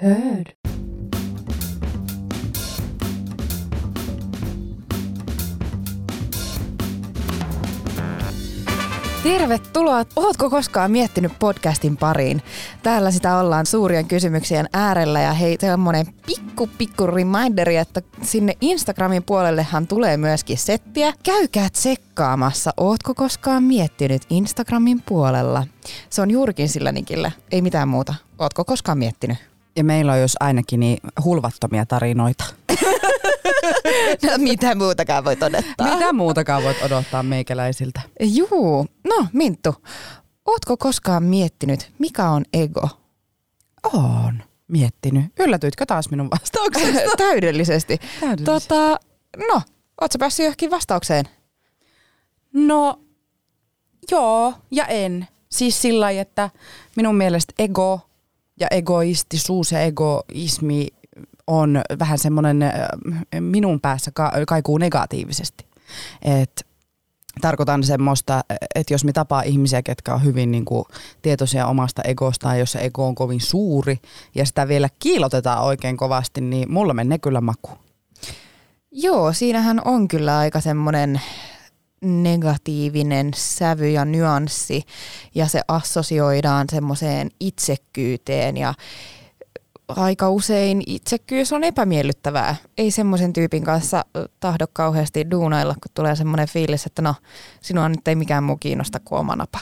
Heard. Tervetuloa! Ootko koskaan miettinyt podcastin pariin? Täällä sitä ollaan suurien kysymyksien äärellä ja hei, semmonen pikku reminderi, että sinne Instagramin puolellehan tulee myöskin settiä. Käykää tsekkaamassa, ootko koskaan miettinyt Instagramin puolella. Se on juurikin sillä nikillä, ei mitään muuta. Ootko koskaan miettinyt? Ja meillä on jos ainakin niin hulvattomia tarinoita. No, mitä muutakaan voit odottaa. Mitä muutakaan voit odottaa meikäläisiltä? Juu, no Minttu, ootko koskaan miettinyt, mikä on ego? Oon miettinyt. Yllätyitkö taas minun vastauksesta? Täydellisesti. No, ootko päässyt johonkin vastaukseen? No, joo ja en. Siis sillä lailla, että minun mielestä ego ja egoistisuus ja egoismi on vähän semmoinen minun päässä kaikuu negatiivisesti. Et tarkoitan semmoista, että jos me tapaa ihmisiä, ketkä on hyvin niin kuin tietoisia omasta egostaan, jos se ego on kovin suuri ja sitä vielä kiillotetaan oikein kovasti, niin mulla menee kyllä maku. Joo, siinähän on kyllä aika semmoinen negatiivinen sävy ja nyanssi ja se assosioidaan semmoiseen itsekkyyteen ja aika usein itsekkyys on epämiellyttävää. Ei semmoisen tyypin kanssa tahdo kauheasti duunailla, kun tulee semmoinen fiilis, että no, sinua nyt ei mikään muu kiinnosta kuin oma napa.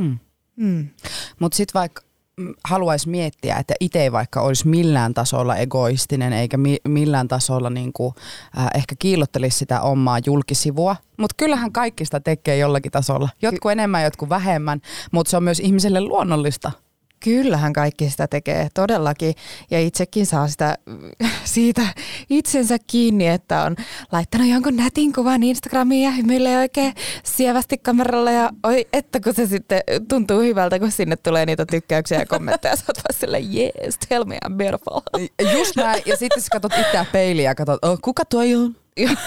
Mutta sitten vaikka haluaisi miettiä, että itse ei vaikka olisi millään tasolla egoistinen eikä millään tasolla niinku, ehkä kiillottelisi sitä omaa julkisivua, mutta kyllähän kaikki sitä tekee jollakin tasolla. Jotkut enemmän, jotkut vähemmän, mutta se on myös ihmiselle luonnollista. Kyllähän kaikki sitä tekee todellakin ja itsekin saa siitä itsensä kiinni, että on laittanut jonkun nätin kuvan Instagramiin ja hymyilee oikein sievästi kameralla ja oi, että kun se sitten tuntuu hyvältä, kun sinne tulee niitä tykkäyksiä ja kommentteja, sä oot vaan silleen, yes, tell me I'm beautiful. Just näin, ja sitten sä katsot itseään peiliä ja katsot, kuka tuo on?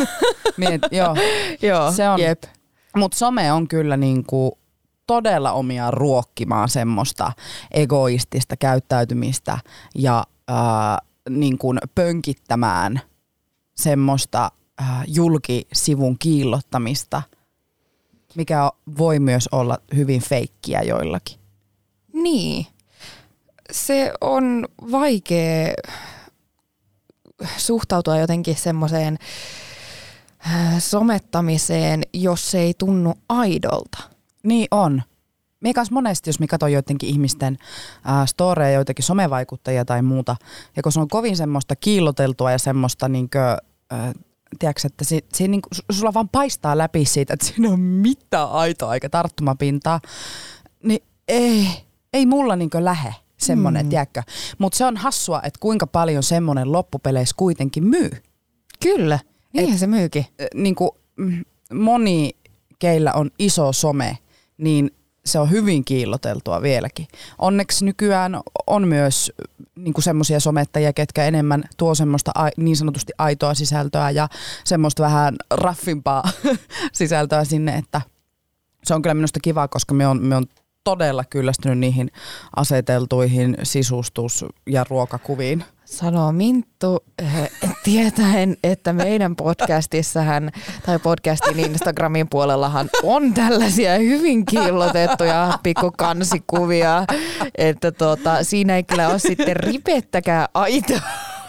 Joo, se on. Jep. Mutta some on kyllä niinku todella omiaan ruokkimaan semmoista egoistista käyttäytymistä ja niin kuin pönkittämään semmoista julkisivun kiillottamista, mikä voi myös olla hyvin feikkiä joillakin. Niin. Se on vaikea suhtautua jotenkin semmoiseen somettamiseen, jos se ei tunnu aidolta. Niin on. Mie kanssa monesti, jos me katson joidenkin ihmisten storeja, joitakin somevaikuttajia tai muuta, ja kun se on kovin semmoista kiilloteltua ja semmoista, tiedätkö, että sulla vaan paistaa läpi siitä, että siinä on mitään aitoa eikä tarttumapintaa, niin ei mulla lähe semmoinen, tiedätkö. Mutta se on hassua, että kuinka paljon semmoinen loppupeleissä kuitenkin myy. Kyllä, niinhän se myykin. Moni, keillä on iso some, niin se on hyvin kiilloteltua vieläkin. Onneksi nykyään on myös semmoisia somettajia, ketkä enemmän tuo semmoista niin sanotusti aitoa sisältöä ja semmoista vähän raffimpaa sisältöä sinne, että se on kyllä minusta kiva, koska me on todella kyllästynyt niihin aseteltuihin sisustus- ja ruokakuviin. Sanoo Minttu, tietäen, että meidän podcastissahan tai podcastin Instagramin puolellahan on tällaisia hyvin kiillotettuja pikkukansikuvia, että siinä ei kyllä ole sitten ripettäkään aitoa.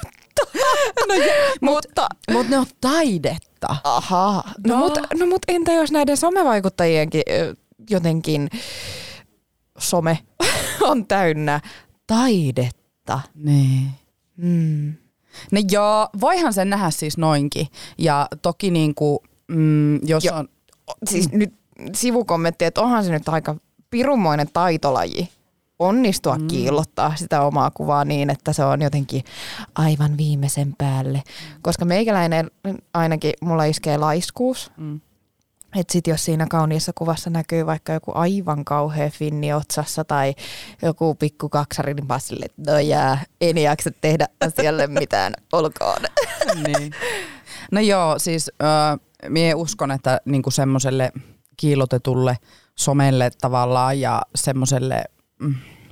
Mutta ne on taidetta. Aha. No mut entä jos näiden somevaikuttajienkin jotenkin some on täynnä taidetta? Niin. No joo, voihan sen nähdä siis noinkin. Ja toki jos on... Siis nyt sivukommentti, että onhan se nyt aika pirunmoinen taitolaji onnistua kiillottaa sitä omaa kuvaa niin, että se on jotenkin aivan viimeisen päälle. Koska meikäläinen ainakin, mulla iskee laiskuus. Että sit jos siinä kauniissa kuvassa näkyy vaikka joku aivan kauhea finni otsassa tai joku pikku kaksari, niin vaan sille, että no jää, en jaksa tehdä asialle mitään, olkoon. Niin. No joo, siis mie uskon, että niinku semmoiselle kiillotetulle somelle tavallaan ja semmoiselle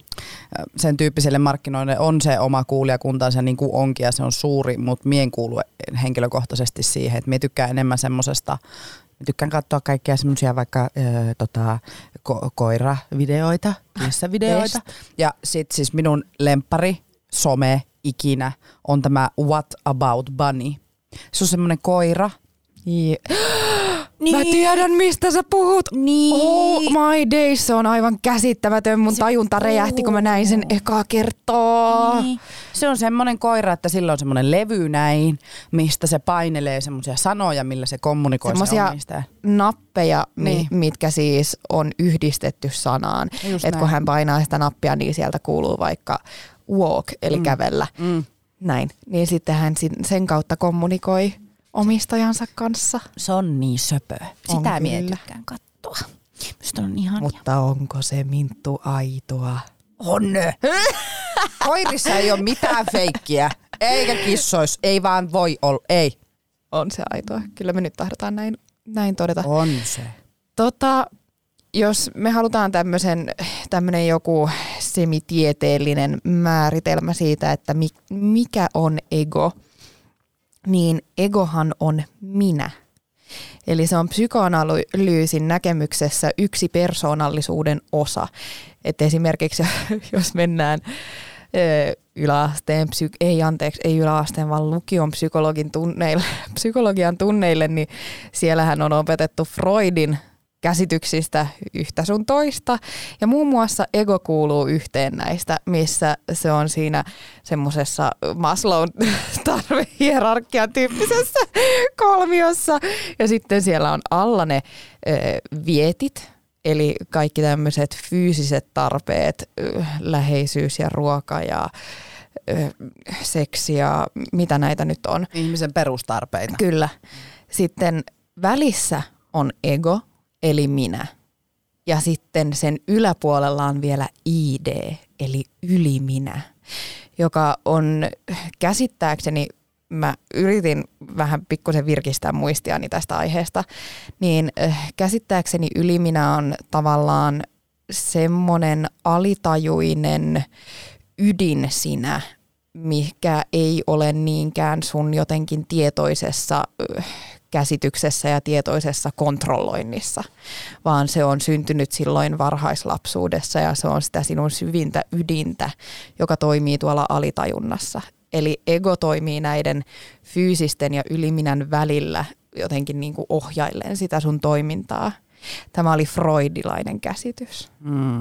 sen tyyppiselle markkinoille on se oma kuulijakuntansa niin kuin onkin ja se on suuri, mutta mie en kuulu henkilökohtaisesti siihen, että mie tykkään enemmän semmosesta, tykkään katsoa kaikkia semmoisia vaikka koiravideoita, kissavideoita ja sit siis minun lemppari some ikinä on tämä What About Bunny. Se on semmoinen koira. Niin. Mä tiedän, mistä sä puhut. Niin. Oh my days, se on aivan käsittämätön. Mun tajunta räjähti, kun mä näin sen ekaa kertaa. Niin. Se on semmoinen koira, että sillä on semmoinen levy näin, mistä se painelee semmoisia sanoja, millä se kommunikoi se omistaja. Nappeja, mitkä siis on yhdistetty sanaan. Että kun hän painaa sitä nappia, niin sieltä kuuluu vaikka walk, eli kävellä. Näin. Niin sitten hän sen kautta kommunikoi omistajansa kanssa. Se on niin söpöä. Sitä minä tykkään katsoa. Musta on ihania. Mutta onko se Minttu aitoa? On. Koirissa ei ole mitään feikkiä. Eikä kissois. Ei vaan voi olla. Ei. On se aitoa. Kyllä me nyt tahdotaan näin todeta. On se. Jos me halutaan tämmöinen joku semitieteellinen määritelmä siitä, että mikä on ego, niin egohan on minä. Eli se on psykoanalyysin näkemyksessä yksi persoonallisuuden osa. Et esimerkiksi jos mennään yläasteen, vaan lukion psykologian tunneille, niin siellähän on opetettu Freudin käsityksistä yhtä sun toista. Ja muun muassa ego kuuluu yhteen näistä, missä se on siinä semmoisessa Maslown tarvehierarkian tyyppisessä kolmiossa. Ja sitten siellä on alla ne vietit, eli kaikki tämmöiset fyysiset tarpeet, läheisyys ja ruoka ja seksi ja mitä näitä nyt on. Ihmisen perustarpeita. Kyllä. Sitten välissä on ego, eli minä. Ja sitten sen yläpuolella on vielä ID, eli yliminä, joka on käsittääkseni, mä yritin vähän pikkusen virkistää muistiani tästä aiheesta, niin käsittääkseni yliminä on tavallaan semmoinen alitajuinen ydin sinä, mikä ei ole niinkään sun jotenkin tietoisessa käsityksessä ja tietoisessa kontrolloinnissa, vaan se on syntynyt silloin varhaislapsuudessa ja se on sitä sinun syvintä ydintä, joka toimii tuolla alitajunnassa. Eli ego toimii näiden fyysisten ja yliminän välillä jotenkin niin kuin ohjailleen sitä sun toimintaa. Tämä oli freudilainen käsitys.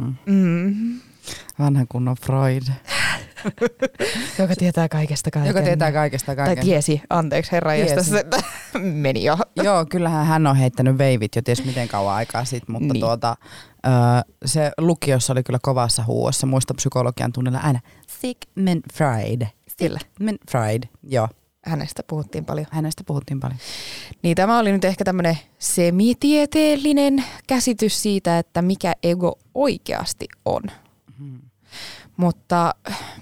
Vanha kunnon Freud. Joka tietää kaikesta kaiken. Joka tietää kaikesta kaiken. Tai tiesi, anteeksi herra, jos tässä meni jo. Joo, kyllähän hän on heittänyt veivit jo ties miten kauan aikaa sitten, mutta niin. Se lukiossa oli kyllä kovassa huuossa. Muista psykologian tunnilla aina Sigmund Freud. Sigmund Freud, joo. Hänestä puhuttiin paljon. Niin tämä oli nyt ehkä tämmöinen semitieteellinen käsitys siitä, että mikä ego oikeasti on. Mutta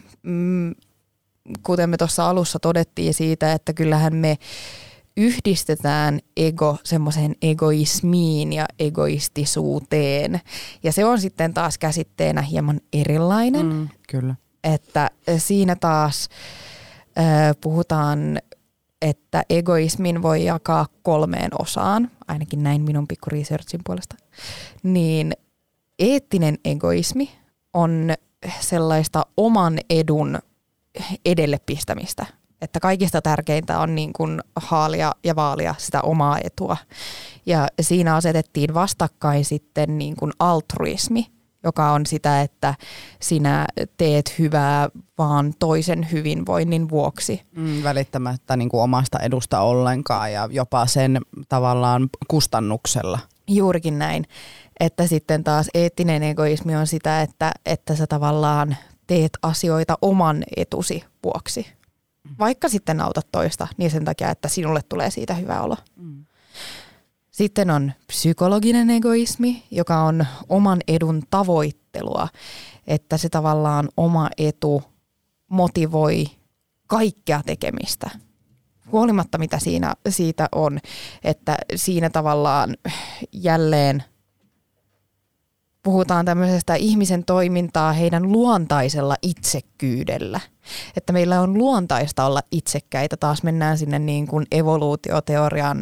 kuten me tuossa alussa todettiin siitä, että kyllähän me yhdistetään ego semmoiseen egoismiin ja egoistisuuteen. Ja se on sitten taas käsitteenä hieman erilainen. Kyllä. Että siinä taas puhutaan, että egoismin voi jakaa 3 osaan, ainakin näin minun pikku researchin puolesta. Niin eettinen egoismi on sellaista oman edun edelle pistämistä. Että kaikista tärkeintä on niin kuin haalia ja vaalia sitä omaa etua. Ja siinä asetettiin vastakkain sitten niin kuin altruismi, joka on sitä, että sinä teet hyvää vaan toisen hyvinvoinnin vuoksi. Välittämättä niin kuin omasta edusta ollenkaan ja jopa sen tavallaan kustannuksella. Juurikin näin. Että sitten taas eettinen egoismi on sitä, että sä tavallaan teet asioita oman etusi vuoksi. Vaikka sitten autat toista, niin sen takia, että sinulle tulee siitä hyvä olo. Sitten on psykologinen egoismi, joka on oman edun tavoittelua, että se tavallaan oma etu motivoi kaikkea tekemistä. Huolimatta mitä siitä on, että siinä tavallaan jälleen puhutaan tämmöisestä ihmisen toimintaa heidän luontaisella itsekkyydellä. Että meillä on luontaista olla itsekkäitä. Taas mennään sinne niin kuin evoluutioteorian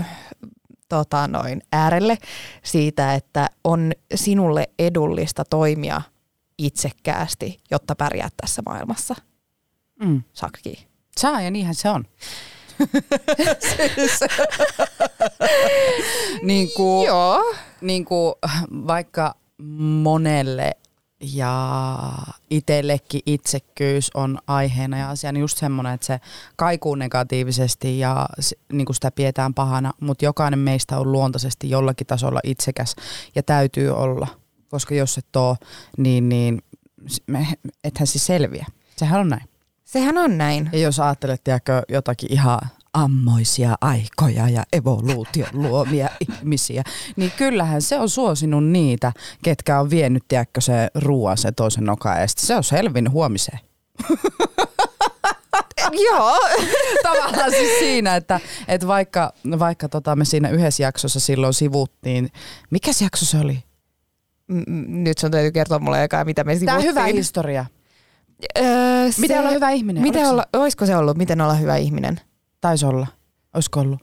äärelle siitä, että on sinulle edullista toimia itsekkäästi, jotta pärjäät tässä maailmassa. Sakki. Saa, ja niinhän se on. niin kuin vaikka monelle ja itsellekin itsekkyys on aiheena ja asia, niin just semmoinen, että se kaikuu negatiivisesti ja niin kuin sitä pidetään pahana, mutta jokainen meistä on luontaisesti jollakin tasolla itsekäs ja täytyy olla, koska jos et ole, niin ethän se selviä. Sehän on näin. Sehän on näin. Ja jos ajattelet, tiedätkö, jotakin ihan ammoisia aikoja ja evoluution luomia ihmisiä, niin kyllähän se on suosinut niitä, ketkä on vienyt, tiedätkö, se ruoan se toisen nokan edestä. Se on selvinnyt huomiseen. Joo. Tavallaan siis siinä, että vaikka me siinä yhdessä jaksossa silloin sivuttiin. Mikä se jakso se oli? Nyt sun täytyy kertoa mulle eka, mitä me sivuttiin. Tämä on hyvä historia. Miten olla hyvä ihminen? Olisiko se ollut, miten olla hyvä ihminen? Taisi olla. Olisiko ollut?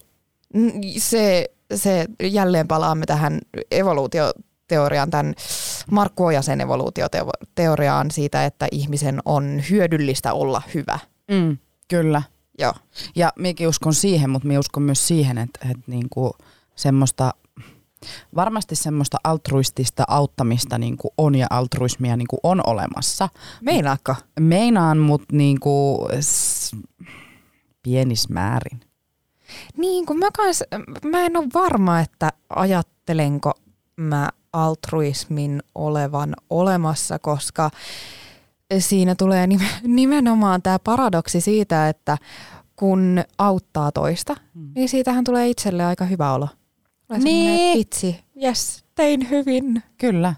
Se jälleen palaamme tähän evoluutioteoriaan, tämän Markku Ojasen evoluutioteoriaan siitä, että ihmisen on hyödyllistä olla hyvä. Kyllä. Joo. Ja minäkin uskon siihen, mutta minä uskon myös siihen, että niinku semmoista, varmasti semmoista altruistista auttamista niinku on ja altruismia niinku on olemassa. Meinaatko? Meinaan, mutta niinku pienissä määrin. Niin, kun mä en ole varma, että ajattelenko mä altruismin olevan olemassa, koska siinä tulee nimenomaan tämä paradoksi siitä, että kun auttaa toista, niin siitähän tulee itselle aika hyvä olo. Niin. Vitsi, jes, tein hyvin. Kyllä.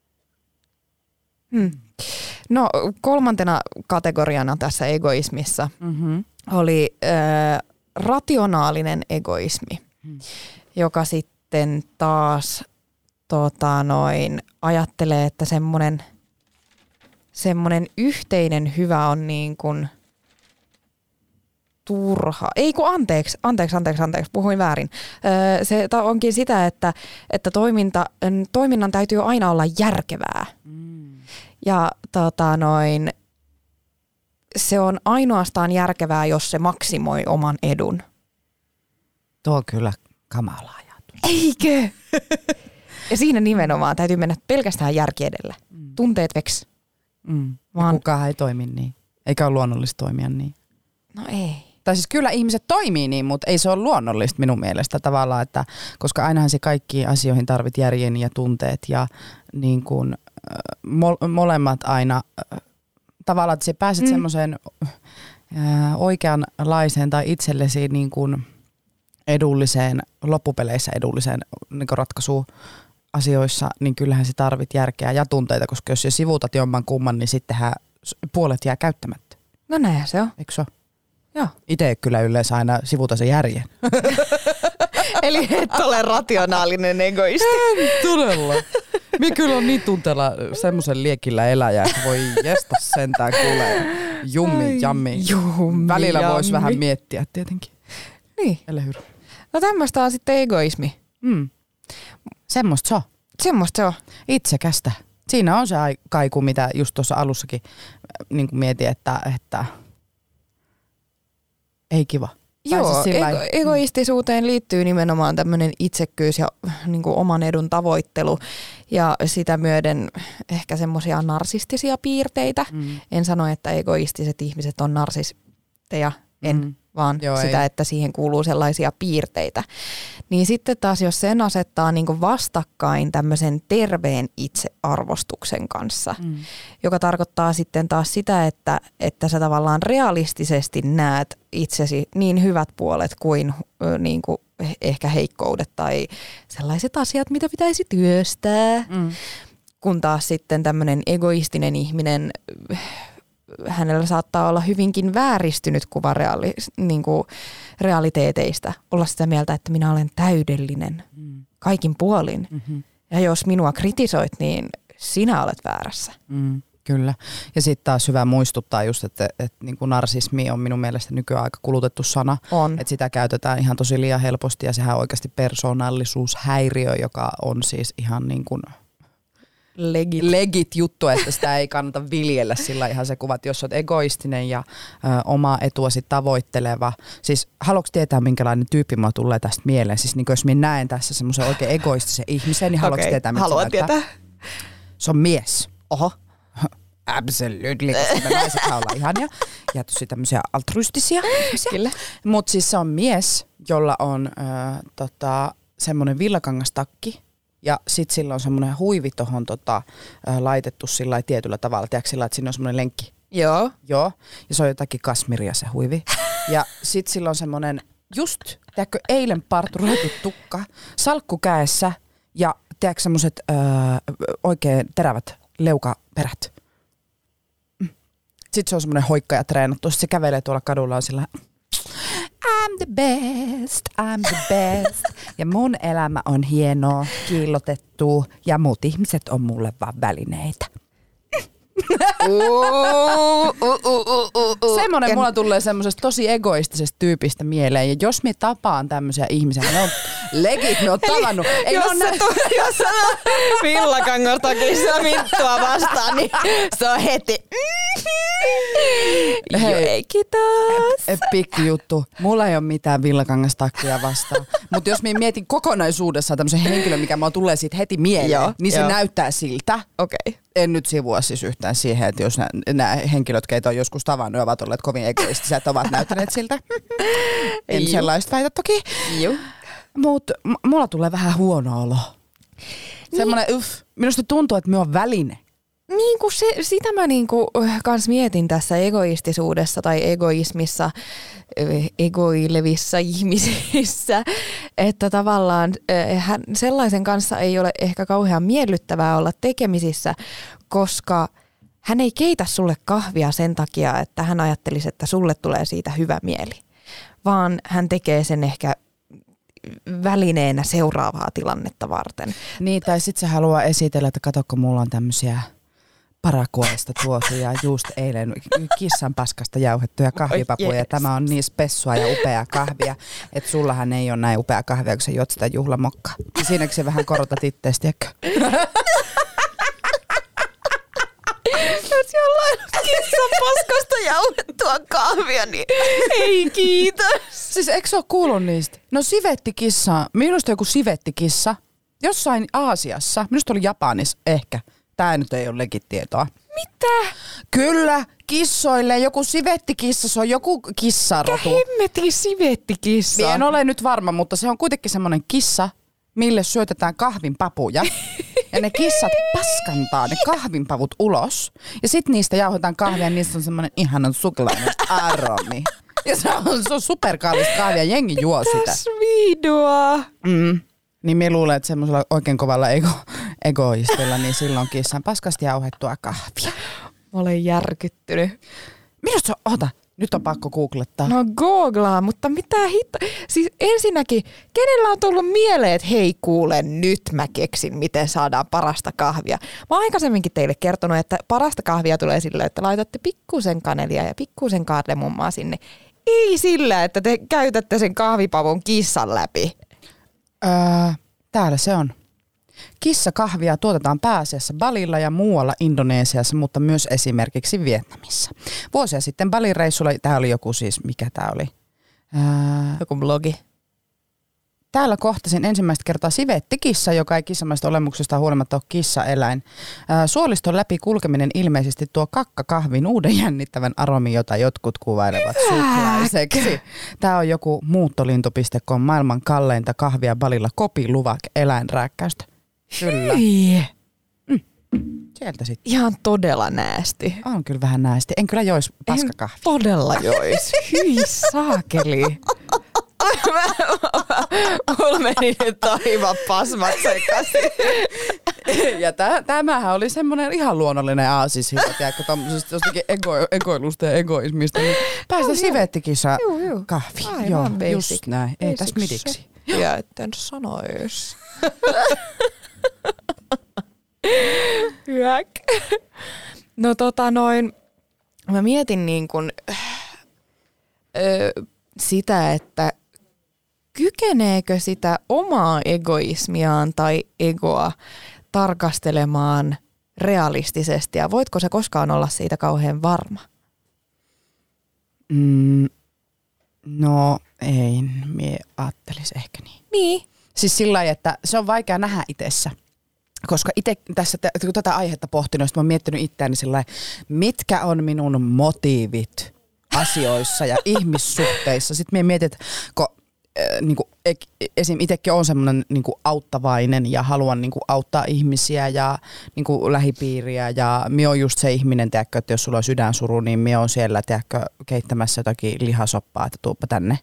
No 3. kategoriana tässä egoismissa oli rationaalinen egoismi, joka sitten taas ajattelee, että semmoinen yhteinen hyvä on niin kuin turha. Ei kun anteeksi, puhuin väärin. Se onkin sitä, että toiminnan täytyy aina olla järkevää. Ja se on ainoastaan järkevää, jos se maksimoi oman edun. Tuo on kyllä kamala ajatus. Eikö? Ja siinä nimenomaan täytyy mennä pelkästään järki edellä. Tunteet veks. Kukaan ei toimi niin. Eikä ole luonnollista toimia niin. No ei. Tai siis kyllä ihmiset toimii niin, mutta ei se ole luonnollista minun mielestä tavallaan, että koska ainahan se kaikkiin asioihin tarvit järjen ja tunteet ja niin kuin, molemmat aina tavallaan, että sä pääset semmoiseen oikeanlaiseen tai itsellesi niin kuin edulliseen, loppupeleissä edulliseen niin kuin ratkaisuun asioissa, niin kyllähän sä tarvit järkeä ja tunteita, koska jos sä sivuutat jomman kumman, niin sittenhän puolet jää käyttämättä. No näinhän se on. Eikö se ole? Joo. Itse kyllä yleensä aina sivuta sen järjen. Eli et ole rationaalinen egoisti. En todella. Minä kyllä on niin tunteella semmoisen liekillä eläjä, että voi jesta sentään kuulee jammi. Välillä voisi vähän miettiä tietenkin. Niin. Elehyrä. No tämmöistä on sitten egoismi. Semmoista se on. Semmoista se on. Itsekästä. Siinä on se kaiku, mitä just tuossa alussakin niin kuin mietin, että ei kiva. Joo, egoistisuuteen liittyy nimenomaan tämmöinen itsekkyys ja niin kuin oman edun tavoittelu ja sitä myöden ehkä semmoisia narsistisia piirteitä. En sano, että egoistiset ihmiset on narsisteja, vaan sitä, että siihen kuuluu sellaisia piirteitä. Niin sitten taas, jos sen asettaa niin kuin vastakkain tämmöisen terveen itsearvostuksen kanssa, joka tarkoittaa sitten taas sitä, että sä tavallaan realistisesti näet itsesi niin hyvät puolet kuin, niin kuin ehkä heikkoudet tai sellaiset asiat, mitä pitäisi työstää. Kun taas sitten tämmöinen egoistinen ihminen, hänellä saattaa olla hyvinkin vääristynyt kuva realiteeteista. Olla sitä mieltä, että minä olen täydellinen kaikin puolin. Ja jos minua kritisoit, niin sinä olet väärässä. Kyllä. Ja sitten taas hyvä muistuttaa just, että niin kuin narsismi on minun mielestä nykyään aika kulutettu sana. On. Että sitä käytetään ihan tosi liian helposti ja sehän on oikeasti persoonallisuushäiriö, joka on siis ihan niin kuin legit juttu, että sitä ei kannata viljellä sillä ihan se kuva, että jos olet egoistinen ja omaa etuasi tavoitteleva. Siis haluatko tietää, minkälainen tyyppi mulla tulee tästä mieleen? Siis niin jos minä näen tässä semmoisen oikein egoistisen ihmisen, niin haluatko tietää, mitä haluan tietää. Se on mies. Oho. Absolutely, koska naisethan ollaan ihania ja tosi tämmöisiä altruistisia ihmisiä. Mutta siis se on mies, jolla on semmoinen villakangastakki ja sit sillä on semmoinen huivi tohon laitettu sillä tietyllä tavalla. Tiedätkö sillä, että siinä on semmoinen lenkki? Joo. Joo, ja se on jotakin kasmiria se huivi. Ja sit sillä on semmoinen just, tiedätkö, eilen parturoitu tukka, salkku kädessä ja tiedätkö semmoiset oikein terävät leukaperät. Sitten se on semmoinen hoikka ja treenattu. Sitten se kävelee tuolla kadulla on sillä I'm the best. Ja mun elämä on hienoa, kiillotettu ja muut ihmiset on mulle vaan välineitä. Semmoinen mulla tulee semmoisesta tosi egoistisesta tyypistä mieleen. Ja jos me tapaan tämmöisiä ihmisiä, ne on legit, me on tavannut. Ei jos sä villakangastakissa Minttua vastaan, niin se on heti. Hei, kiitos. Pikku juttu. Mulla ei ole mitään villakangastakkia vastaan. Mutta jos mä mietin kokonaisuudessaan tämmöisen henkilön, mikä mua tulee siitä heti mieleen, niin se näyttää siltä. Okei. En nyt sivua siis yhtään siihen, että jos nämä henkilöt, keitä on joskus tavannut, ovat olleet kovin egoistisia, että ovat näyttäneet siltä. En sellaista väitä toki. Mutta mulla tulee vähän huono olo. Semmoinen minusta tuntuu, että me on väline. Niin kuin sitä mä niinku kans mietin tässä egoistisuudessa tai egoismissa, egoilevissa ihmisissä, että tavallaan sellaisen kanssa ei ole ehkä kauhean miellyttävää olla tekemisissä, koska hän ei keitä sulle kahvia sen takia, että hän ajattelisi, että sulle tulee siitä hyvä mieli, vaan hän tekee sen ehkä välineenä seuraavaa tilannetta varten. Niin, tai sitten se haluaa esitellä, että katsokko, mulla on tämmöisiä Paraguaysta tuotuja just eilen kissan paskasta jauhettuja kahvipapuja. Tämä on niin spessua ja upeaa kahvia, että sullahan ei ole näin upea kahvia, kun sä juot sitä juhlamokkaa. Ja siinäkin se vähän korotat ittees, tiedätkö? Jos jollain kissan paskasta jauhettua kahvia, niin ei kiitos. Siis eikö sä ole kuullut niistä? No sivettikissa, minusta joku sivettikissa, jossain Aasiassa, minusta oli Japanissa ehkä. Tää nyt ei ole legitietoa. Mitä? Kyllä, kissoille joku sivettikissa, se on joku kissarotu. Mikä hemmetin sivettikissa? En ole nyt varma, mutta se on kuitenkin semmoinen kissa, mille syötetään kahvinpapuja. Ja ne kissat paskantaa ne kahvinpavut ulos. Ja sit niistä jauhetaan kahvia ja niistä on semmoinen ihanan suklainen aromi. Ja se on superkallista kahvia, jengi juo sitä. Mitäs viidua? Niin me luulen, että semmoisella oikein kovalla egoistilla, niin silloin kissan paskasti jauhettua kahvia. Mä olen järkyttynyt. Minusta nyt on pakko googlettaa. No googlaa, mutta mitä Siis ensinnäkin, kenellä on tullut mieleen, että hei kuule, nyt mä keksin, miten saadaan parasta kahvia. Mä oon aikaisemminkin teille kertonut, että parasta kahvia tulee sillä, että laitatte pikkusen kanelia ja pikkusen kardemummaa sinne. Ei sillä, että te käytätte sen kahvipavun kissan läpi. Täällä se on. Kissakahvia tuotetaan pääasiassa Balilla ja muualla Indonesiassa, mutta myös esimerkiksi Vietnamissa. Vuosia sitten Balin reissulla, tämä oli joku siis, mikä tämä oli? Joku blogi. Täällä kohtasin ensimmäistä kertaa sivettikissa, joka ei kissamaista olemuksesta huolimatta ole kissaeläin. Suoliston läpi kulkeminen ilmeisesti tuo kakkakahvin uuden jännittävän aromin, jota jotkut kuvailevat suklaiseksi. Tämä on joku muuttolintu.com maailman kalleinta kahvia Balilla kopiluvak eläinrääkkäystä. Kyllä. Sieltä sitten. Ihan todella näästi. On kyllä vähän näästi. En kyllä jois paskakahvia. Todella jois. Hyi saakeli. Mulla meni nyt aivan pasmat sekaisin. Ja tämähän oli semmoinen ihan luonnollinen aasishinta, tiedätkö, tommosesta jostakin egoilusta ja egoismista. Niin päästä sivettikissa kahvi. Aivan joo, basic. Just näin. Ei tässä midiksi. Ja etten sanois. Hyök. No mä mietin niin kuin, sitä, että kykeneekö sitä omaa egoismiaan tai egoa tarkastelemaan realistisesti ja voitko se koskaan olla siitä kauhean varma? No ei, mie ajattelis ehkä niin. Niin. Siis sillä lailla, että se on vaikea nähdä itsessä. Koska itse tässä, kun tätä aihetta pohtinut, mä oon miettinyt itseäni sillä lailla, mitkä on minun motiivit asioissa ja ihmissuhteissa. Sitten mä mietin, että kun niinku, esim. Itsekin on semmoinen niinku, auttavainen ja haluan niinku, auttaa ihmisiä ja niinku, lähipiiriä. Ja minä on just se ihminen, tiedätkö, että jos sulla on sydänsuru, niin minä on siellä tiedätkö, keittämässä jotakin lihasoppaa, että tuuppa tänne.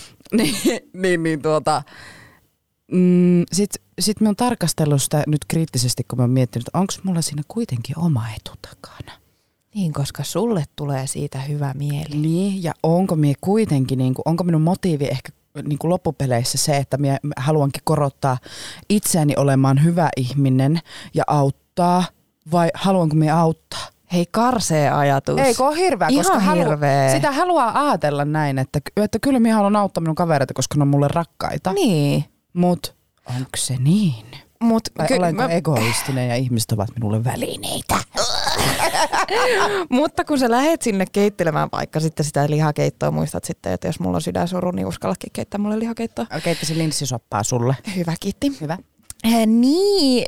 Sitten mä oon tarkastellut sitä nyt kriittisesti, kun mä oon miettinyt, että onko mulla siinä kuitenkin oma etu takana. Niin, koska sulle tulee siitä hyvä mieli. Niin, ja onko mie kuitenkin, onko minun motiivi ehkä loppupeleissä se, että minä haluankin korottaa itseäni olemaan hyvä ihminen ja auttaa, vai haluanko minä auttaa? Hei, karsee ajatus. Eikö ole hirveä, koska sitä haluaa ajatella näin, että kyllä minä haluan auttaa minun kavereita, koska ne on mulle rakkaita. Niin. Mut onko se niin? Vai olenko egoistinen ja ihmiset ovat minulle välineitä? Mutta kun sä lähet sinne keittelemään vaikka sitten sitä lihakeittoa, muistat sitten, että jos mulla on sydänsuru, niin uskallakin keittää mulle lihakeittoa. Keittäisin linssisoppaa sulle. Hyvä, kiitti. Hyvä. Niin.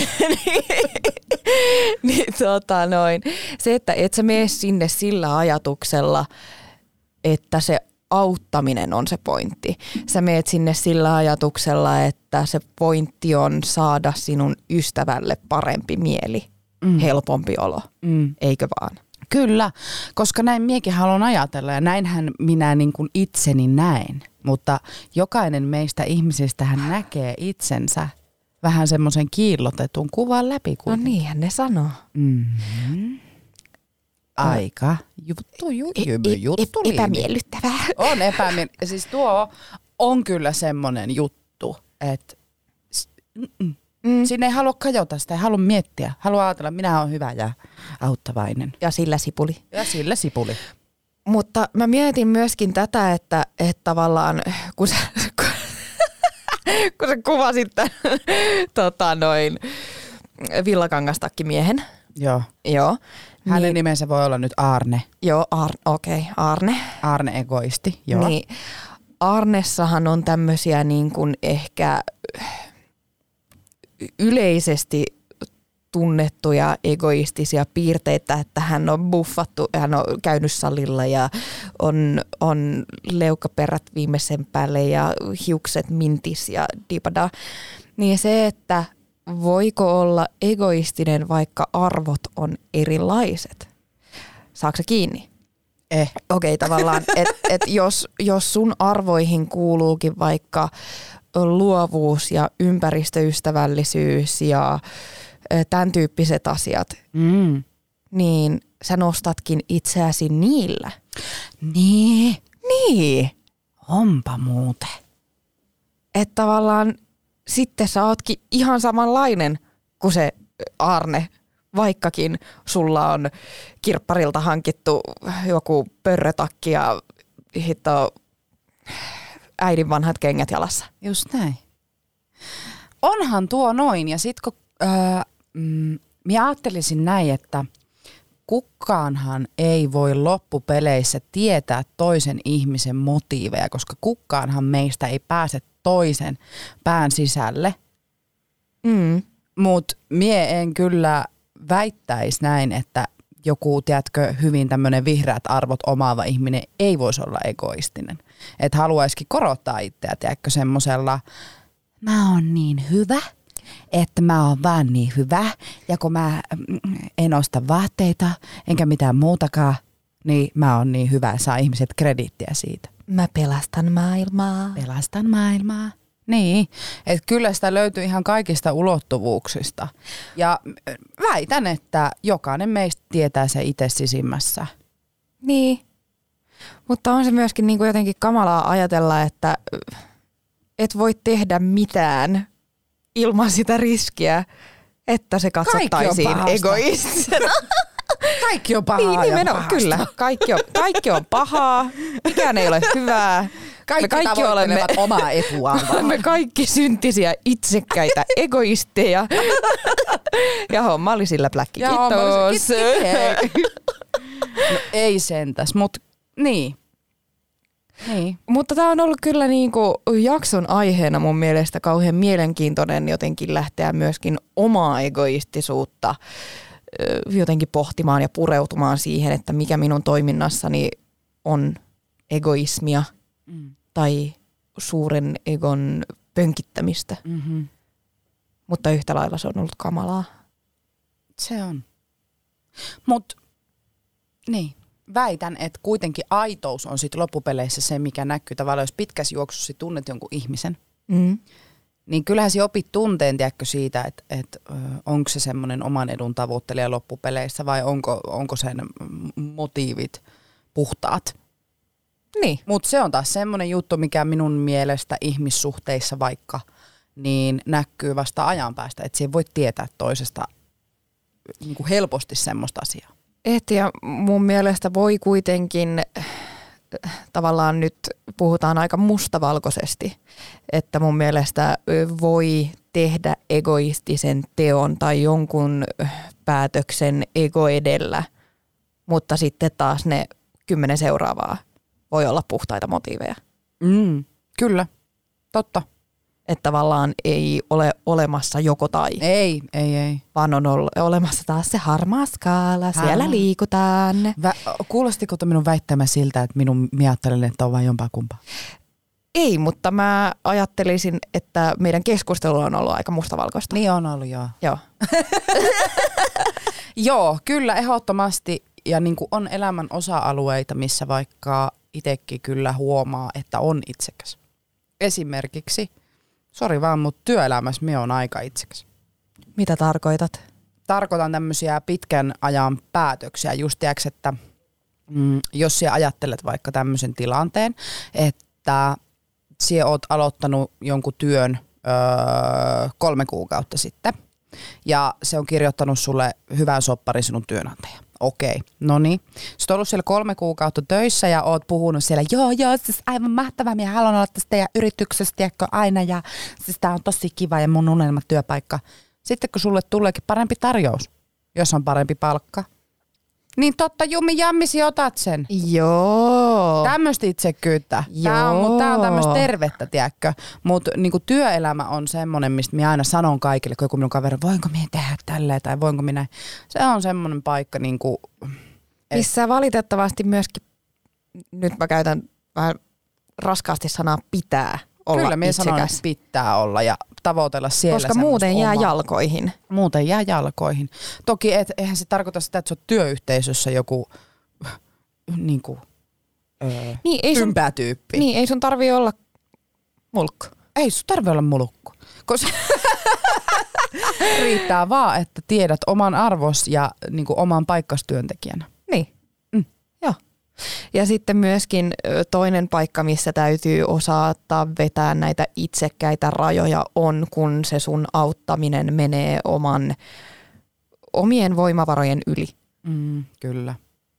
Se, että et sä mene sinne sillä ajatuksella, että se auttaminen on se pointti. Sä meet sinne sillä ajatuksella, että se pointti on saada sinun ystävälle parempi mieli, helpompi olo, eikö vaan? Kyllä, koska näin miekin haluan ajatella ja näinhän minä niin kuin itseni näen, mutta jokainen meistä ihmisistähän näkee itsensä vähän semmoisen kiillotetun kuvan läpi. No niinhän ne sanoo. Mm-hmm. Aika juttu epämiellyttävää. On epämiellyttävää. Siis tuo on kyllä semmoinen juttu, että sinne ei halua kajota sitä, ei halua miettiä. Haluaa ajatella, että minä olen hyvä ja auttavainen. Ja sillä sipuli. Mutta mä mietin myöskin tätä, että tavallaan kun sä kuvasit tämän villakangastakkimiehen. Joo. Hänen nimensä voi olla nyt Arne. Joo, Arne. Arne egoisti, joo. Niin, Arnessahan on tämmöisiä niin kuin ehkä yleisesti tunnettuja egoistisia piirteitä, että hän on buffattu, hän on käynyt salilla ja on leukaperät viimeisen päälle ja hiukset mintis ja dibada. Niin se, että voiko olla egoistinen, vaikka arvot on erilaiset? Saatko sä kiinni? Okei, tavallaan, että jos sun arvoihin kuuluukin vaikka luovuus ja ympäristöystävällisyys ja tämän tyyppiset asiat, niin sä nostatkin itseäsi niillä. Niin. Onpa muuten. Että tavallaan sitten sä ootkin ihan samanlainen kuin se Arne, vaikkakin sulla on kirpparilta hankittu joku pörrötakki ja hitto äidin vanhat kengät jalassa. Just näin. Onhan tuo noin ja sit kun minä ajattelisin näin, että kukaanhan ei voi loppupeleissä tietää toisen ihmisen motiiveja, koska kukaanhan meistä ei pääse toisen pään sisälle. Mut mie en kyllä väittäisi näin, että joku, tiedätkö, hyvin tämmöinen vihreät arvot omaava ihminen ei voisi olla egoistinen. Että haluaisikin korottaa itseä, tiedätkö, semmosella, mä oon niin hyvä, että mä oon vaan niin hyvä. Ja kun mä en osta vaatteita, enkä mitään muutakaan, niin mä oon niin hyvä ja saa ihmiset krediittiä siitä. Mä pelastan maailmaa. Niin, että kyllä sitä löytyy ihan kaikista ulottuvuuksista. Ja väitän, että jokainen meistä tietää se itse sisimmässä. Niin, mutta on se myöskin niin kuin jotenkin kamalaa ajatella, että et voi tehdä mitään ilman sitä riskiä, että se katsottaisiin egoistisena. Kaikki on pahaa niin, kyllä, kaikki on pahaa, mikään ei ole hyvää. Kaikki olemme omaa etuaan. Me kaikki syntisiä, itsekkäitä egoisteja. Ja homma oli sillä pläkki. Kiitos. No ei sentäs, mutta niin. Mutta tämä on ollut kyllä niinku jakson aiheena mun mielestä kauhean mielenkiintoinen jotenkin lähteä myöskin omaa egoistisuutta jotenkin pohtimaan ja pureutumaan siihen, että mikä minun toiminnassani on egoismia tai suuren egon pönkittämistä. Mm-hmm. Mutta yhtä lailla se on ollut kamalaa. Se on. Mut niin, väitän, että kuitenkin aitous on sitten loppupeleissä se, mikä näkyy tavallaan, jos pitkässä juoksussa tunnet jonkun ihmisen. Niin kyllähän se opit tunteen, tiedätkö, siitä, että onko se semmoinen oman edun tavoittelija loppupeleissä vai onko sen motiivit puhtaat. Niin. Mutta se on taas semmoinen juttu, mikä minun mielestä ihmissuhteissa vaikka niin näkyy vasta ajan päästä, että se ei voi tietää toisesta niin kuin helposti semmoista asiaa. Ja mun mielestä voi kuitenkin, tavallaan nyt puhutaan aika mustavalkoisesti, että mun mielestä voi tehdä egoistisen teon tai jonkun päätöksen ego edellä, mutta sitten taas ne 10 seuraavaa voi olla puhtaita motiiveja. Kyllä, totta. Että tavallaan ei ole olemassa joko tai. Ei. Vaan on olemassa taas se harmaa skaala, siellä liikutaan. Kuulostiko minun väittämä siltä, että minä ajattelen, että on vain jompaa kumpaa? Ei, mutta mä ajattelisin, että meidän keskustelu on ollut aika mustavalkoista. Niin on ollut, joo. Joo. Joo, kyllä ehdottomasti. Ja niin kuin on elämän osa-alueita, missä vaikka itsekin kyllä huomaa, että on itsekäs. Esimerkiksi, sori vaan, mutta työelämässä minä on aika itsekäs. Mitä tarkoitat? Tarkoitan tämmöisiä pitkän ajan päätöksiä. Just tiiäks, että jos sinä ajattelet vaikka tämmöisen tilanteen, että sinä oot aloittanut jonkun työn 3 kuukautta sitten ja se on kirjoittanut sulle hyvän sopparin sinun työnantaja. Okei, no niin. Sä oot ollut siellä 3 kuukautta töissä ja oot puhunut siellä, joo, siis aivan mahtavaa, minä haluan olla tässä teidän yrityksessä, tiedätkö, aina ja siis tää on tosi kiva ja mun unelmatyöpaikka. Sitten kun sulle tuleekin parempi tarjous, jos on parempi palkka, niin totta jummi jammisi otat sen. Joo. Tämmöistä itsekyyttä. Tää on tämmöistä tervettä, tiedätkö. Mutta niinku työelämä on semmoinen, mistä minä aina sanon kaikille, kun joku minun kaveri, voinko minä tehdä tälleen tai voinko minä. Se on semmoinen paikka, niinku, missä valitettavasti myöskin, nyt mä käytän vähän raskaasti sanaa pitää olla kyllä minä itsekäs. sanon, että pitää olla ja tavoitella siellä. Koska muuten jää jalkoihin. Muuten jää jalkoihin. Toki eihän se tarkoita sitä, että se on työyhteisössä joku niinku, ympää tyyppi. Niin, ei sun tarvii olla mulkku. Ei sun tarvii olla mulkku. Koska riittää vaan, että tiedät oman arvos ja niinku, oman paikkas työntekijänä. Niin. Joo. Ja sitten myöskin toinen paikka, missä täytyy osata vetää näitä itsekkäitä rajoja on, kun se sun auttaminen menee omien voimavarojen yli. Kyllä.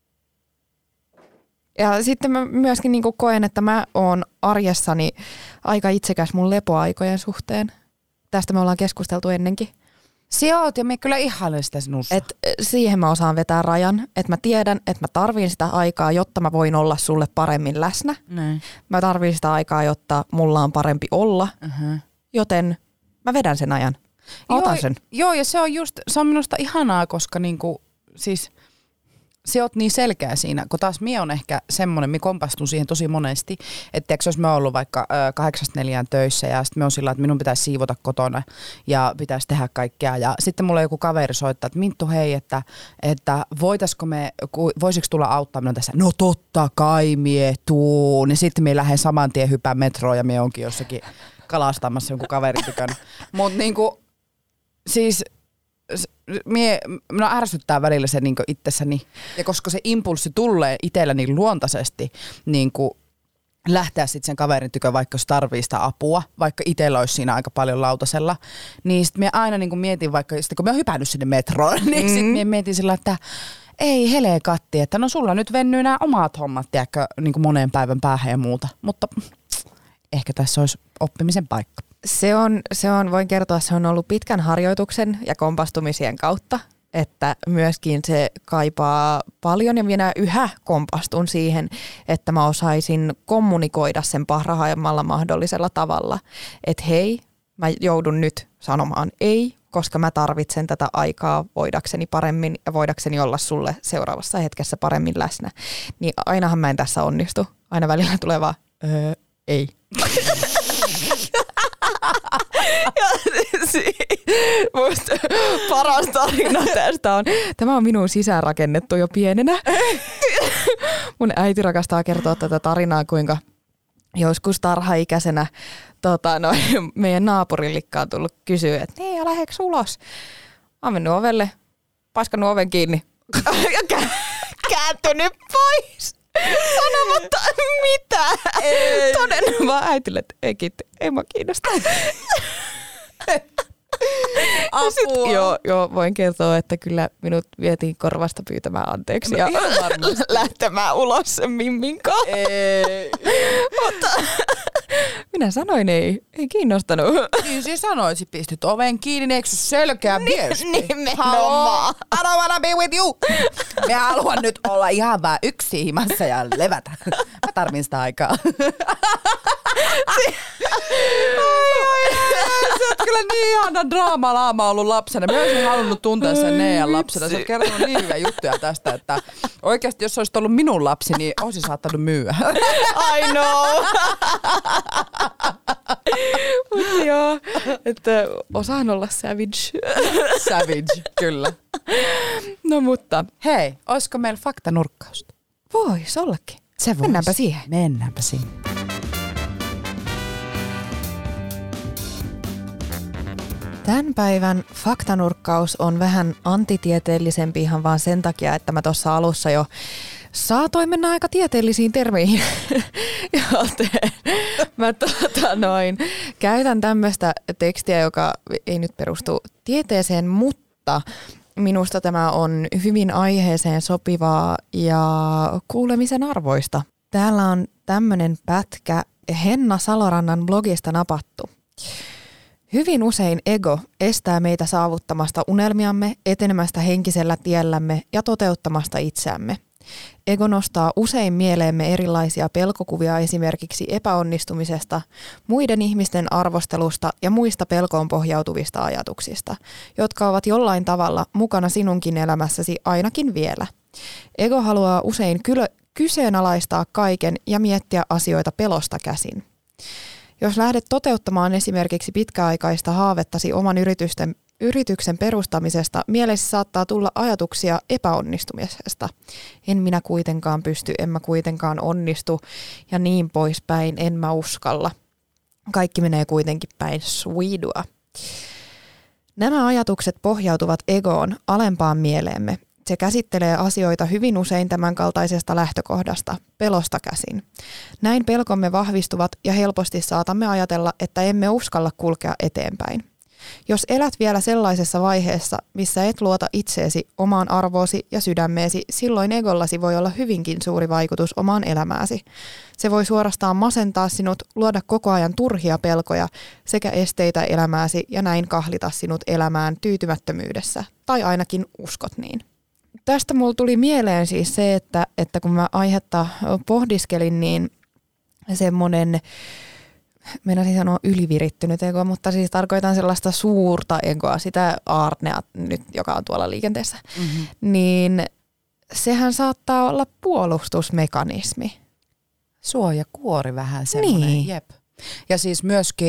Ja sitten mä myöskin niin koen, että mä oon arjessani aika itsekäs mun lepoaikojen suhteen. Tästä me ollaan keskusteltu ennenkin. Oot ja me kyllä ihailen sitä sinussa. Et siihen mä osaan vetää rajan, että mä tiedän, että mä tarviin sitä aikaa, jotta mä voin olla sulle paremmin läsnä. Näin. Mä tarviin sitä aikaa, jotta mulla on parempi olla, joten mä vedän sen ajan. Otan sen. Joo, ja se on minusta ihanaa, koska niinku, siis se oot niin selkeä siinä, kun taas mie on ehkä semmoinen, mi kompastun siihen tosi monesti, että jos mä oon ollut vaikka 8-4 töissä ja sitten me on sillä, että minun pitäisi siivota kotona ja pitäisi tehdä kaikkea ja sitten mulla joku kaveri soittaa, että Minttu hei, että voisiko tulla auttaa minun tässä, no totta kai mie tuu, niin sitten mie lähden saman tien hypään metroon ja mie onkin jossakin kalastamassa jonkun kaverin tykönä, mutta niinku siis minua ärsyttää välillä se niinku itsessäni. Ja koska se impulssi tulee itsellä niin luontaisesti niinku lähteä sitten sen kaverin tykö, vaikka jos tarvii sitä apua, vaikka itsellä olisi siinä aika paljon lautasella, niin sitten minä aina niin kuin mietin, vaikka sitten kun mä oon hypännyt sinne metroon, niin sitten minä mietin sillä, että ei helekatti, että no sulla nyt vennyy nämä omat hommat, tiedätkö, niin kuin moneen päivän päähän ja muuta, mutta ehkä tässä olisi oppimisen paikka. Se on, voin kertoa, se on ollut pitkän harjoituksen ja kompastumisien kautta, että myöskin se kaipaa paljon ja minä yhä kompastun siihen, että mä osaisin kommunikoida sen parhaimmalla mahdollisella tavalla. Että hei, mä joudun nyt sanomaan ei, koska mä tarvitsen tätä aikaa voidakseni paremmin ja voidakseni olla sulle seuraavassa hetkessä paremmin läsnä. Niin ainahan mä en tässä onnistu. Aina välillä tulee vaan, ei. Ja musta paras tarina tästä on, tämä on minun sisäänrakennettu jo pienenä. Mun äiti rakastaa kertoa tätä tarinaa, kuinka joskus tarhaikäisenä meidän naapurillikka on tullut kysyä, että hei, lähdekö ulos? Mä oon mennyt ovelle, paiskannut oven kiinni ja kääntynyt pois. Sanomatta mitään. Todennut vaan äitille, että ei kiitti, ei mua kiinnosta. Apua. Joo, voin kertoa, että kyllä minut vietiin korvasta pyytämään anteeksi ja lähtemään ulos sen Mimmin kanssa. Mutta minä sanoin ei kiinnostanut. Niin siis sanoisi, pistit oven kiinni, eikö se selkeä viesti? Nimenomaan. I don't wanna be with you. Mä haluan nyt olla ihan vaan yksin himassa ja levätä. Mä tarvin sitä aikaa. Sä oot kyllä niin ihana draamalaama ollut lapsena. Mä olisin halunnut tuntea sen Nean lapsena. Sä oot kertonut niin hyviä juttuja tästä, että oikeasti jos olisit ollut minun lapsi, niin olisin saattanut myyä. I know. Mutta joo, että osaan olla savage. Savage, kyllä. No mutta. Hei, olisiko meillä faktanurkkausta? Vois ollakin. Se vois. Mennäänpä siihen. Mennäänpä siihen. Tämän päivän faktanurkkaus on vähän antitieteellisempi ihan vaan sen takia, että mä tuossa alussa jo saatoin mennä aika tieteellisiin termeihin. Joten mä käytän tämmöistä tekstiä, joka ei nyt perustu tieteeseen, mutta minusta tämä on hyvin aiheeseen sopivaa ja kuulemisen arvoista. Täällä on tämmöinen pätkä Henna Salorannan blogista napattu. Hyvin usein ego estää meitä saavuttamasta unelmiamme, etenemästä henkisellä tiellämme ja toteuttamasta itseämme. Ego nostaa usein mieleemme erilaisia pelkokuvia esimerkiksi epäonnistumisesta, muiden ihmisten arvostelusta ja muista pelkoon pohjautuvista ajatuksista, jotka ovat jollain tavalla mukana sinunkin elämässäsi ainakin vielä. Ego haluaa usein kyseenalaistaa kaiken ja miettiä asioita pelosta käsin. Jos lähdet toteuttamaan esimerkiksi pitkäaikaista haavettasi oman yrityksen perustamisesta, mielesi saattaa tulla ajatuksia epäonnistumisesta. En minä kuitenkaan pysty, en mä kuitenkaan onnistu ja niin poispäin, en mä uskalla. Kaikki menee kuitenkin päin sweedua. Nämä ajatukset pohjautuvat egoon, alempaan mieleemme. Se käsittelee asioita hyvin usein tämän kaltaisesta lähtökohdasta, pelosta käsin. Näin pelkomme vahvistuvat ja helposti saatamme ajatella, että emme uskalla kulkea eteenpäin. Jos elät vielä sellaisessa vaiheessa, missä et luota itseesi, omaan arvoosi ja sydämeesi, silloin egollasi voi olla hyvinkin suuri vaikutus omaan elämääsi. Se voi suorastaan masentaa sinut, luoda koko ajan turhia pelkoja sekä esteitä elämääsi ja näin kahlita sinut elämään tyytymättömyydessä, tai ainakin uskot niin. Tästä mulla tuli mieleen siis se, että kun mä aihetta pohdiskelin, niin semmoinen, meinasin sanoa ylivirittynyt ego, mutta siis tarkoitan sellaista suurta egoa, sitä Aarnea nyt, joka on tuolla liikenteessä, niin sehän saattaa olla puolustusmekanismi. Suojakuori vähän semmoinen, niin. Jep. Ja siis myöskin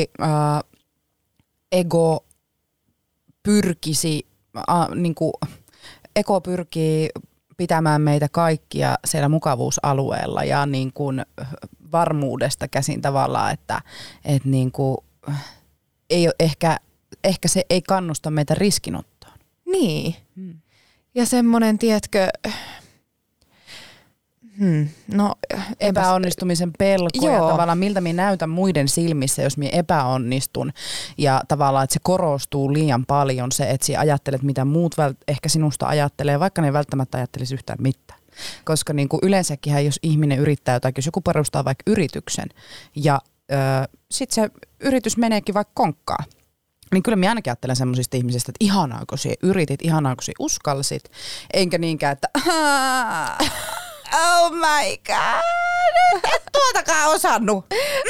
ego pyrkisi niinku ego pyrkii pitämään meitä kaikkia siellä mukavuusalueella ja niin kuin varmuudesta käsin tavallaan, että niin kuin ei ole ehkä se ei kannusta meitä riskinottoon. Niin. Ja semmoinen, tiedätkö, No, epäonnistumisen pelko ja Joo. tavallaan miltä minä näytän muiden silmissä, jos minä epäonnistun. Ja tavallaan, että se korostuu liian paljon se, että sinä ajattelet, mitä muut ehkä sinusta ajattelee, vaikka ne ei välttämättä ajattelisi yhtään mitään. Koska niin kuin yleensäkin, jos ihminen yrittää jotain, jos joku perustaa vaikka yrityksen ja sitten se yritys meneekin vaikka konkkaan, niin kyllä minä ainakin ajattelen semmoisista ihmisistä, että ihanaa kun sinä yritit, ihanaa kun sinä uskalsit, enkä niinkään, että oh my god, et tuotakaan osannut.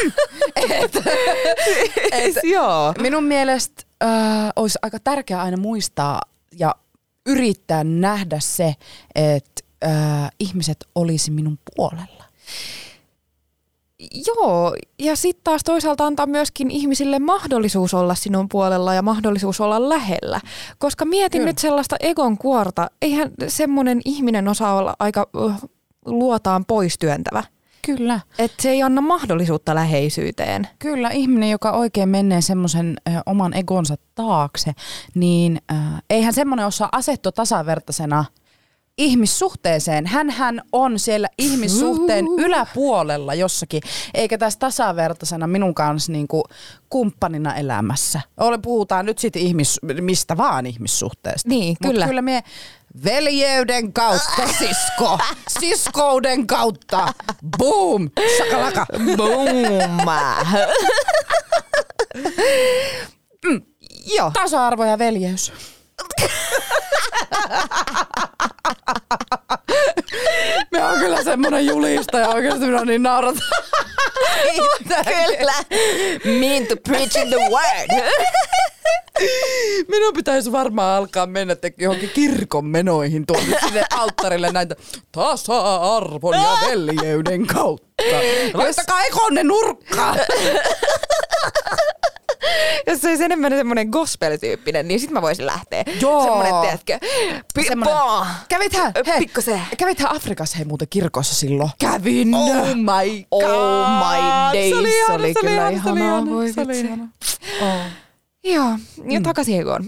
Joo. Minun mielestä olisi aika tärkeää aina muistaa ja yrittää nähdä se, että ihmiset olisi minun puolella. Joo, ja sitten taas toisaalta antaa myöskin ihmisille mahdollisuus olla sinun puolella ja mahdollisuus olla lähellä. Koska mietin nyt sellaista egon kuorta, eihän semmoinen ihminen osaa olla aika luotaan pois työntävä. Kyllä. Että se ei anna mahdollisuutta läheisyyteen. Kyllä, ihminen, joka oikein menee semmoisen oman egonsa taakse, niin eihän semmoinen osaa asettua tasavertaisena ihmissuhteeseen. Hänhän on siellä ihmissuhteen yläpuolella jossakin, eikä tässä tasavertaisena minun kanssa niinku kumppanina elämässä. Puhutaan nyt sitten mistä vaan ihmissuhteesta. Niin, kyllä. Mutta kyllä me veljeyden kautta sisko, siskouden kautta, boom, sakalaka. Boom! Joo. Tasa-arvo ja veljeys. Me on kyllä semmonen julistaja, oikeasti minä niin naurata. Kyllä. Mean to preach in the word. Minun pitäisi varmaan alkaa mennä johonkin kirkon menoihin tuonne sinne alttarille näitä tasa-arvon ja veljeyden kautta. Laittakaa ekonne nurkkaan. Jos se olisi enemmän semmoinen gospel-tyyppinen, niin sit mä voisin lähteä. Joo. Semmoinen, tiedätkö, Kävithän Afrikassa hei muuten kirkossa silloin? Kävin. Oh my god. Oh my days. Se oli kyllä ihanaa. Voi se oli vitsi. ihanaa. Oh. Joo, ja takaisin egoon.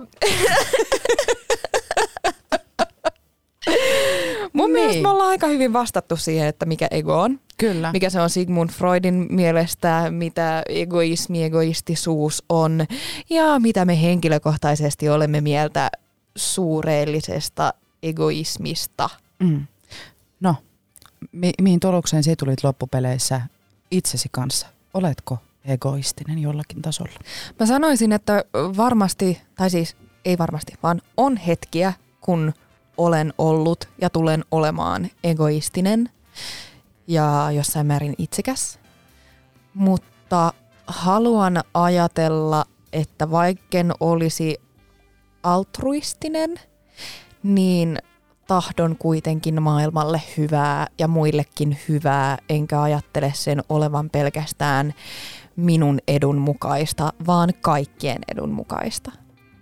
Mun mielestä me ollaan aika hyvin vastattu siihen, että mikä ego on. Kyllä. Mikä se on Sigmund Freudin mielestä, mitä egoismi, egoistisuus on ja mitä me henkilökohtaisesti olemme mieltä suureellisesta egoismista. No, mihin tulokseen sinä tulit loppupeleissä itsesi kanssa? Oletko egoistinen jollakin tasolla? Mä sanoisin, että varmasti, tai siis ei varmasti, vaan on hetkiä, kun olen ollut ja tulen olemaan egoistinen ja jossain määrin itsekäs. Mutta haluan ajatella, että vaikken olisi altruistinen, niin tahdon kuitenkin maailmalle hyvää ja muillekin hyvää, enkä ajattele sen olevan pelkästään minun edun mukaista, vaan kaikkien edun mukaista.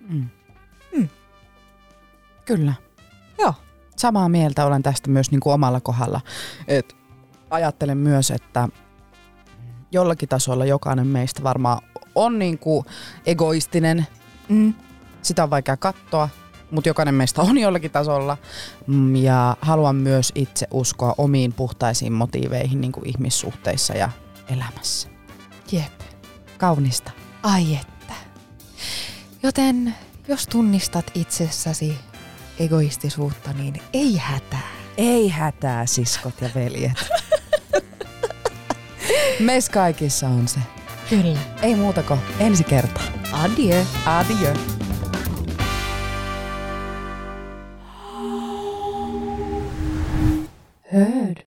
Kyllä. Joo. Samaa mieltä olen tästä myös niin kuin omalla kohdalla. Et ajattelen myös, että jollakin tasolla jokainen meistä varmaan on niin kuin egoistinen. Sitä on vaikea katsoa, mutta jokainen meistä on jollakin tasolla. Ja haluan myös itse uskoa omiin puhtaisiin motiiveihin niin kuin ihmissuhteissa ja elämässä. Jep. Kaunista. Ai että. Joten jos tunnistat itsessäsi egoistisuutta, niin ei hätää. Ei hätää, siskot ja veljet. Meissä kaikissa on se. Kyllä. Ei muuta kuin ensi kertaa. Adieu. Adieu. Heard.